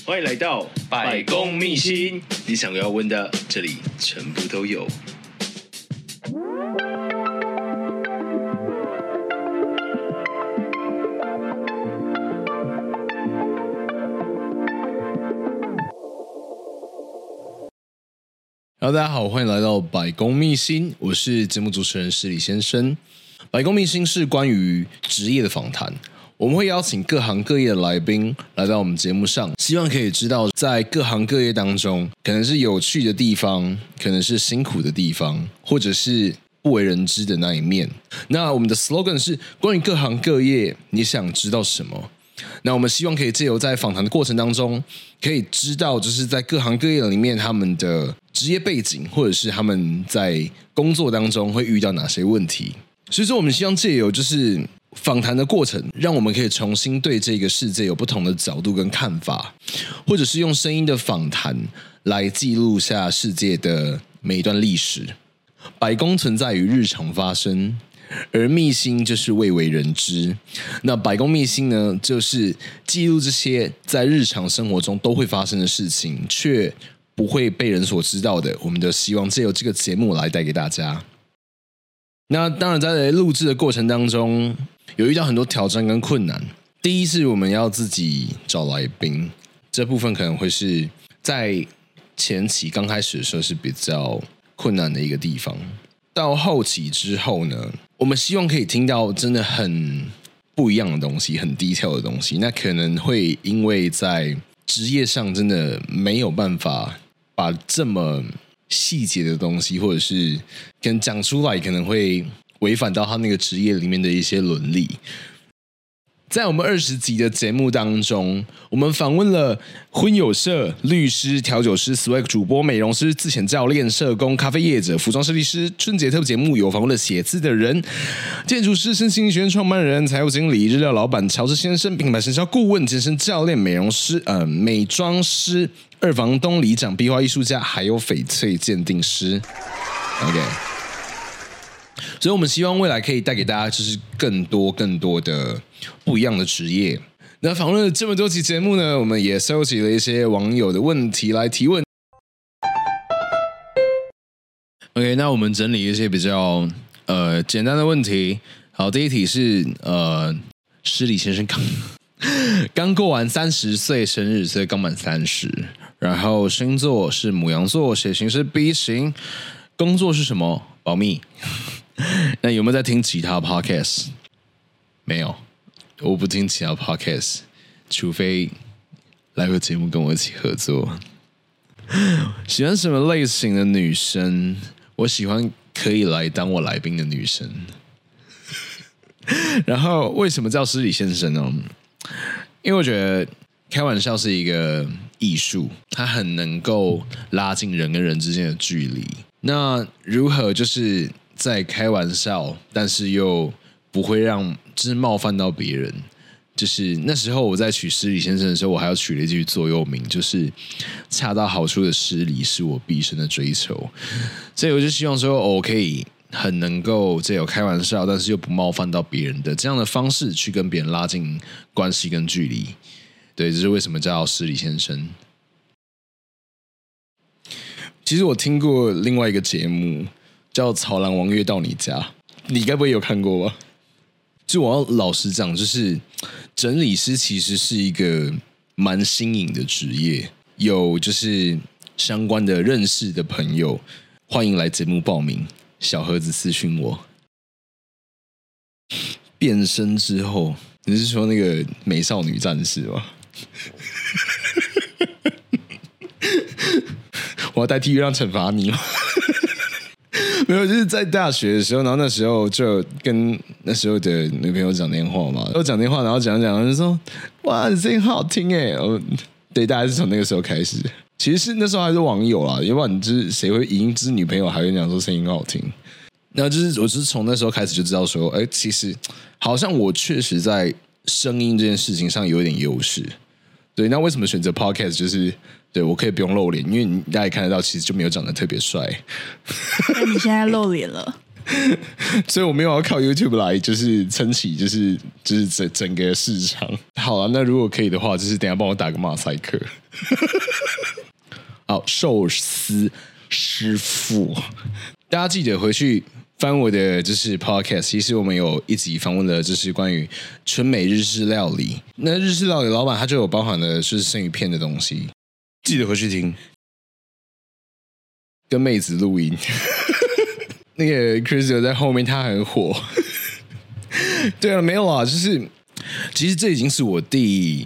欢迎来到百工秘辛，你想要问的，这里全部都有。Hello， 大家好，欢迎来到百工秘辛，我是节目主持人施礼先生。百工秘辛是关于职业的访谈，我们会邀请各行各业的来宾来到我们节目上，希望可以知道在各行各业当中，可能是有趣的地方，可能是辛苦的地方，或者是不为人知的那一面。那我们的 slogan 是关于各行各业，你想知道什么？那我们希望可以借由在访谈的过程当中，可以知道就是在各行各业里面他们的职业背景，或者是他们在工作当中会遇到哪些问题。所以说我们希望借由就是访谈的过程，让我们可以重新对这个世界有不同的角度跟看法，或者是用声音的访谈来记录下世界的每一段历史。百工存在于日常发生，而秘辛就是未为人知。那百工秘辛呢，就是记录这些在日常生活中都会发生的事情，却不会被人所知道的。我们都希望借由这个节目来带给大家。那当然在录制的过程当中有遇到很多挑战跟困难。第一是我们要自己找来宾，这部分可能会是在前期刚开始的时候是比较困难的一个地方。到后期之后呢，我们希望可以听到真的很不一样的东西，很detail的东西。那可能会因为在职业上真的没有办法把这么细节的东西，或者是可能讲出来可能会违反到他那个职业里面的一些伦理。在我们20集的节目当中，我们访问了婚友社、律师、调酒师、swag 主播、美容师、自潜教练、社工、咖啡业者、服装设计师。春节特别节目有访问了写字的人、建筑师、身心学院创办人、财务经理、日料老板乔治先生、品牌行销顾问、健身教练、美容师、美妆师、二房东、里长、壁画艺术家，还有翡翠鉴定师。OK。所以我们希望未来可以带给大家就是更多的不一样的职业。那访问了这么多期节目呢，我们也收集了一些网友的问题来提问。OK， 那我们整理一些比较简单的问题。好，第一题是施礼先生刚过完30岁生日，所以刚满30。然后星座是牡羊座，血型是 B 型，工作是什么？保密。那有没有在听其他 podcast？ 没有，我不听其他 podcast， 除非来个节目跟我一起合作。喜欢什么类型的女生？我喜欢可以来当我来宾的女生。然后为什么叫施礼先生呢？因为我觉得开玩笑是一个艺术，它很能够拉近人跟人之间的距离。那如何就是在开玩笑，但是又不会让就是冒犯到别人？就是那时候我在取施礼先生的时候，我还要取了一句座右铭，就是恰到好处的施礼是我毕生的追求。所以我就希望说，我可以很能够这有开玩笑，但是又不冒犯到别人的这样的方式去跟别人拉近关系跟距离。对，这是为什么叫施礼先生。其实我听过另外一个节目叫《草狼王约到你家》，你该不会有看过吧？就我要老实讲，就是整理师其实是一个蛮新颖的职业，有就是相关的认识的朋友，欢迎来节目报名。小盒子私讯我。变身之后，你是说那个美少女战士吗？我要代替月亮惩罚你吗？没有，就是在大学的时候，然后那时候就跟那时候的女朋友讲电话嘛，然后讲电话，然后讲就说哇，你声音好好听哎，对，大概是从那个时候开始。其实是那时候还是网友啦，要不然就是谁会赢之女朋友还会讲说声音很好听。然后就是我就是从那时候开始就知道说，哎，其实好像我确实在声音这件事情上有一点优势。对，那为什么选择 podcast？ 就是对我可以不用露脸，因为大家也看得到，其实就没有长得特别帅。 那你现在露脸了？ 所以我没有要靠 YouTube 来就是撑起就是整个市场。好了，那如果可以的话，就是等一下帮我打个马赛克。好，寿司师傅，大家记得回去翻我的就是 podcast， 其实我们有一集访问了就是关于纯美日式料理。那日式料理老板他就有包含了就是生鱼片的东西，记得回去听。跟妹子录音，那个 Chris 有在后面，他很火。对啊，没有啦，就是其实这已经是我第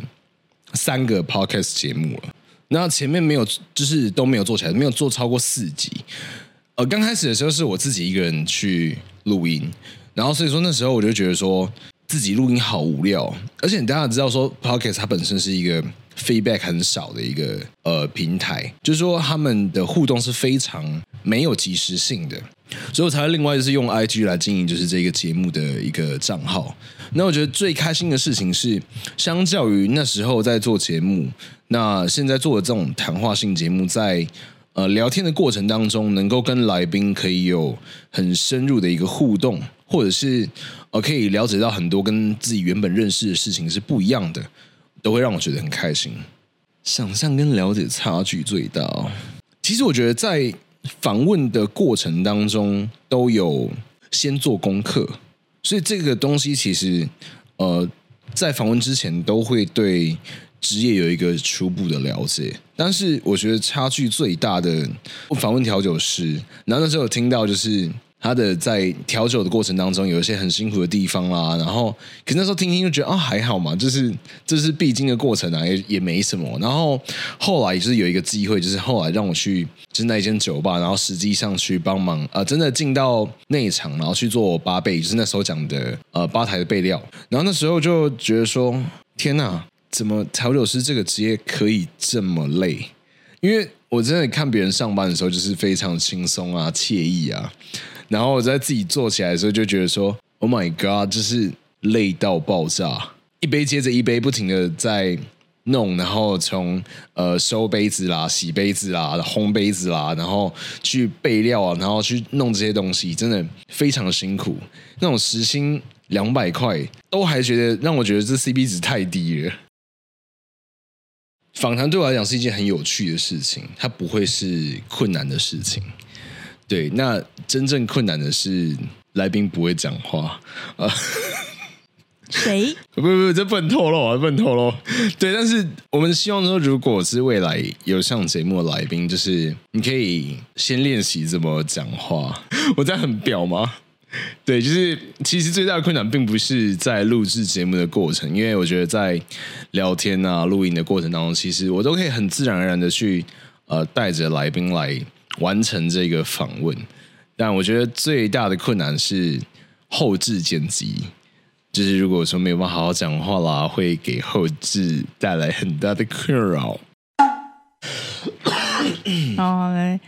3个 podcast 节目了。那前面没有，就是都没有做起来，没有做超过4集。刚开始的时候是我自己一个人去录音，然后所以说那时候我就觉得说自己录音好无聊，而且大家知道说 podcast 它本身是一个 feedback 很少的一个平台，就是说他们的互动是非常没有即时性的，所以我才会另外就是用 IG 来经营就是这个节目的一个账号。那我觉得最开心的事情是，相较于那时候在做节目，那现在做的这种谈话性节目，在聊天的过程当中，能够跟来宾可以有很深入的一个互动，或者是可以了解到很多跟自己原本认识的事情是不一样的，都会让我觉得很开心。想象跟了解差距最大哦。其实我觉得在访问的过程当中都有先做功课，所以这个东西其实在访问之前都会对职业有一个初步的了解。但是我觉得差距最大的访问调酒师，然后那时候有听到就是他的在调酒的过程当中有一些很辛苦的地方啦，然后可是那时候听听就觉得还好嘛，就是这是必经的过程啊，也没什么。然后后来就是有一个机会，就是后来让我去就是那一间酒吧，然后实际上去帮忙真的进到内场，然后去做八倍，就是那时候讲的吧台的备料。然后那时候就觉得说天哪，怎么调酒师这个职业可以这么累？因为我真的看别人上班的时候就是非常轻松啊惬意啊，然后我在自己做起来的时候就觉得说 Oh my god， 就是累到爆炸，一杯接着一杯不停的在弄，然后从收杯子啦、洗杯子啦、烘杯子啦，然后去备料啊，然后去弄这些东西，真的非常辛苦。那种时薪200块都还觉得让我觉得这 CP 值太低了。访谈对我来讲是一件很有趣的事情，它不会是困难的事情。对，那真正困难的是来宾不会讲话。 谁？ 不，这不能透露啊，不能透露。对，但是我们希望说，如果是未来有上节目的来宾，就是你可以先练习怎么讲话。我这样很表吗？对，就是其实最大的困难并不是在录制节目的过程，因为我觉得在聊天啊、录音的过程当中，其实我都可以很自然而然的去带着来宾来完成这个访问。但我觉得最大的困难是后制剪辑，就是如果说没有办法好好讲话啦，会给后制带来很大的困扰。 好嘞。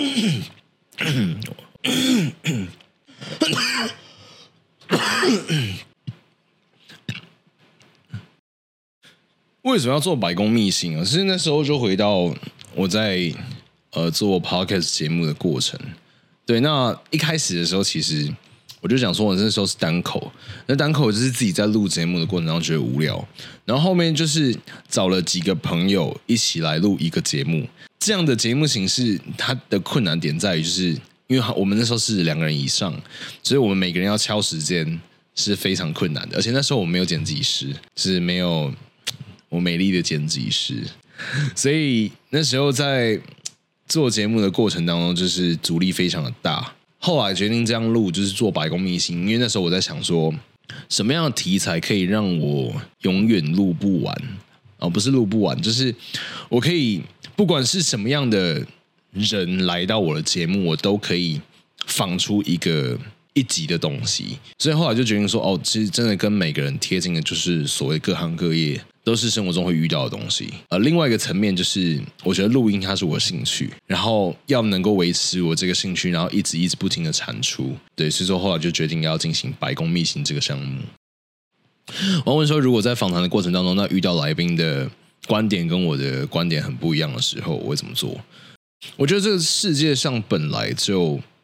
为什么要做百工秘辛啊？其实那时候就回到我在做 podcast 节目的过程。对，那一开始的时候，其实我就想说，我那时候是单口，那单口就是自己在录节目的过程当中觉得无聊，然后后面就是找了几个朋友一起来录一个节目。这样的节目形式，它的困难点在于，就是因为我们那时候是2个人以上，所以我们每个人要敲时间是非常困难的，而且那时候我没有剪辑师，是没有我美丽的剪辑师，所以那时候在做节目的过程当中，就是阻力非常的大。后来决定这样录，就是做百工秘辛，因为那时候我在想说，什么样的题材可以让我永远录不完？不是录不完，就是我可以不管是什么样的人来到我的节目，我都可以放出一集的东西。所以后来就决定说，其实真的跟每个人贴近的，就是所谓各行各业都是生活中会遇到的东西。另外一个层面就是，我觉得录音它是我的兴趣，然后要能够维持我这个兴趣，然后一直不停的产出。对，所以说后来就决定要进行百工秘辛这个项目。我要问说，如果在访谈的过程当中，那遇到来宾的观点跟我的观点很不一样的时候，我会怎么做？我觉得这个世界上本来就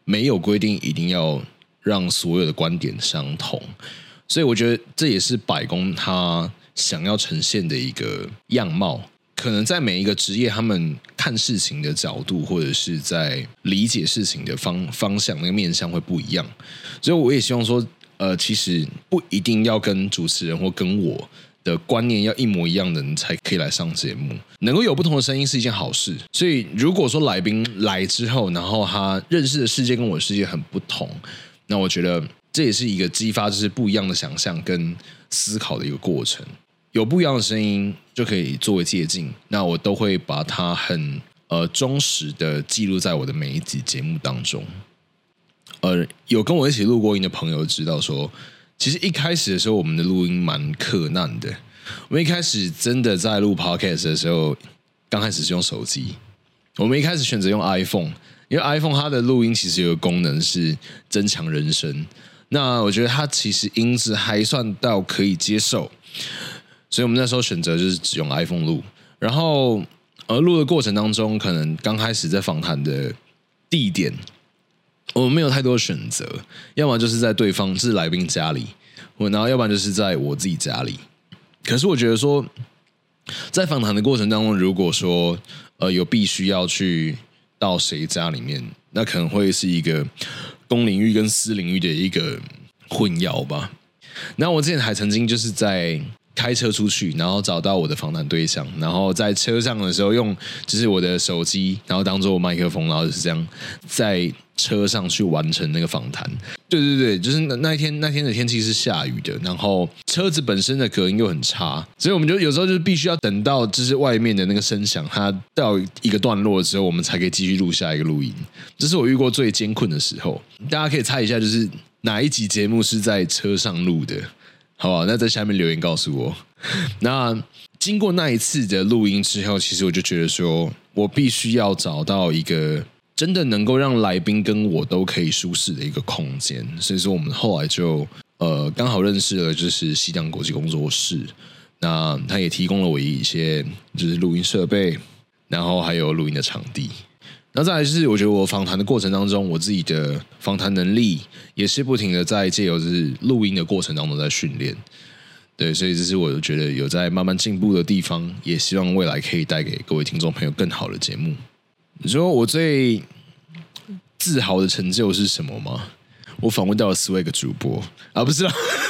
没有规定一定要让所有的观点相同，所以我觉得这也是百工他想要呈现的一个样貌。可能在每一个职业，他们看事情的角度，或者是在理解事情的方向，那个面向会不一样。所以我也希望说，其实不一定要跟主持人或跟我的观念要一模一样的人才可以来上节目，能够有不同的声音是一件好事。所以如果说来宾来之后，然后他认识的世界跟我的世界很不同，那我觉得这也是一个激发就是不一样的想象跟思考的一个过程。有不一样的声音就可以作为借鉴，那我都会把它很忠实的记录在我的每一集节目当中。有跟我一起录过音的朋友知道说，其实一开始的时候我们的录音蛮克难的。我们一开始真的在录 podcast 的时候，刚开始是用手机，我们一开始选择用 iPhone， 因为 iPhone 它的录音其实有个功能是增强人声，那我觉得它其实音质还算到可以接受。所以我们那时候选择就是只用 iPhone 录，然后录的过程当中，可能刚开始在访谈的地点，我们没有太多选择，要么就是在对方是来宾家里，然后要不然就是在我自己家里。可是我觉得说，在访谈的过程当中，如果说有必须要去到谁家里面，那可能会是一个公领域跟私领域的一个混淆吧。那我之前还曾经就是在开车出去，然后找到我的访谈对象，然后在车上的时候用就是我的手机，然后当做麦克风，然后就是这样在车上去完成那个访谈。对，就是那一天的天气是下雨的，然后车子本身的隔音又很差，所以我们就有时候就是必须要等到就是外面的那个声响它到一个段落之后，我们才可以继续录下一个录音。这是我遇过最艰困的时候。大家可以猜一下，就是哪一集节目是在车上录的？好吧，那在下面留言告诉我。那经过那一次的录音之后，其实我就觉得说，我必须要找到一个真的能够让来宾跟我都可以舒适的一个空间。所以说，我们后来就刚好认识了，就是西洋国际工作室。那他也提供了我一些就是录音设备，然后还有录音的场地。那再来是，我觉得我访谈的过程当中，我自己的访谈能力也是不停的在借由就是录音的过程当中在训练。对，所以这是我觉得有在慢慢进步的地方，也希望未来可以带给各位听众朋友更好的节目。你说我最自豪的成就是什么吗？我访问到了Swag主播啊，不是啦，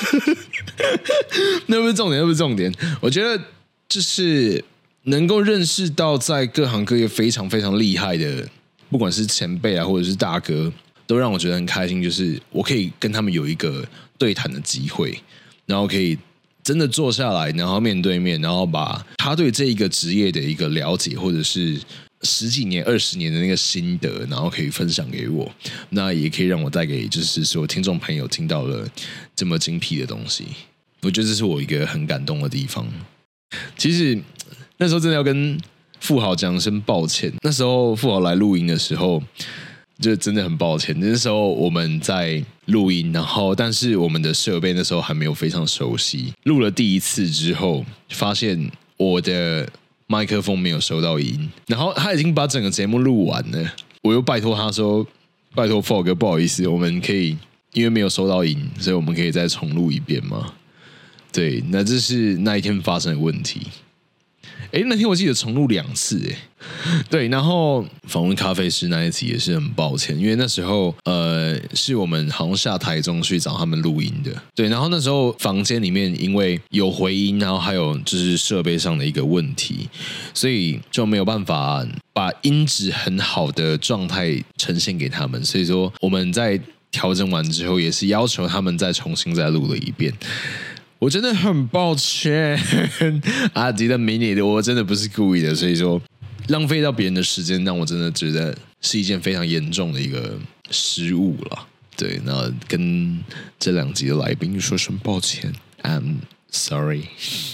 那不是重点。我觉得就是能够认识到在各行各业非常非常厉害的，不管是前辈啊或者是大哥，都让我觉得很开心。就是我可以跟他们有一个对谈的机会，然后可以真的坐下来，然后面对面，然后把他对这一个职业的一个了解，或者是10几年、20年的那个心得，然后可以分享给我，那也可以让我带给就是所有听众朋友听到了这么精辟的东西。我觉得这是我一个很感动的地方。其实那时候真的要跟富豪讲声抱歉，那时候富豪来录音的时候，就真的很抱歉。那时候我们在录音，然后但是我们的设备那时候还没有非常熟悉。录了第一次之后，发现我的麦克风没有收到音，然后他已经把整个节目录完了。我又拜托他说：“拜托 Fog 哥，不好意思，我们可以因为没有收到音，所以我们可以再重录一遍吗？”对，那这是那一天发生的问题。那天我记得重录2次，对，然后访问咖啡师那一集也是很抱歉，因为那时候是我们好像下台中去找他们录音的，对，然后那时候房间里面因为有回音，然后还有就是设备上的一个问题，所以就没有办法把音质很好的状态呈现给他们，所以说我们在调整完之后，也是要求他们再重新再录了一遍。我真的很抱歉，阿迪的迷你的，我真的不是故意的，所以说浪费到别人的时间，让我真的觉得是一件非常严重的一个失误了。对，那跟这2集的来宾说声抱歉 ，I'm sorry 。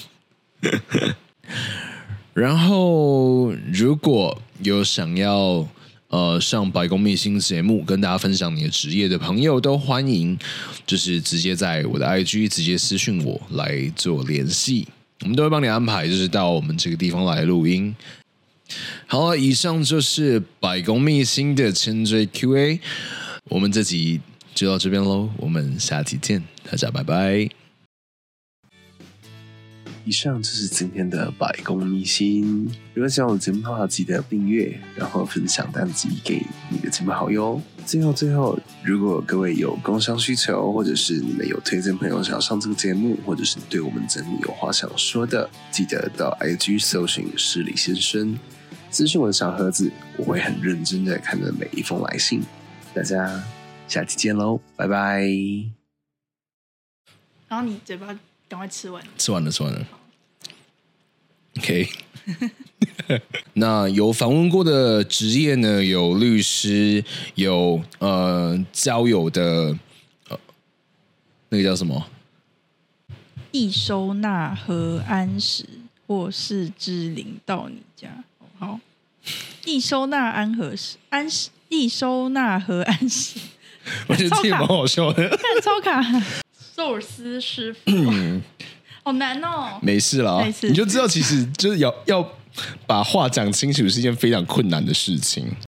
然后如果有想要上百工秘辛节目跟大家分享你的职业的朋友，都欢迎就是直接在我的 IG 直接私讯我来做联系，我们都会帮你安排，就是到我们这个地方来录音。好了，以上就是百工秘辛的前缀 QA。 我们这集就到这边咯，我们下期见，大家拜拜。以上就是今天的百工秘辛。如果喜欢我的节目的话，记得订阅，然后分享单集给你的亲朋好友。最后，如果各位有工商需求，或者是你们有推荐朋友想要上这个节目，或者是对我们节目有话想说的，记得到 IG 搜寻失礼先生，私讯我的小盒子，我会很认真的看着每一封来信。大家下期见喽，拜拜。 然后你嘴巴赶快吃完。 吃完了。OK 那有访问过的职业呢，有律师，有交友的那个叫什么？ 易收纳和安时，或是之灵到你家。好，易收纳易收纳和安时。 我觉得这也蛮好笑的。 看超卡，寿司师傅。好难哦。 没事啦，你就知道其实就是要把话讲清楚是一件非常困难的事情。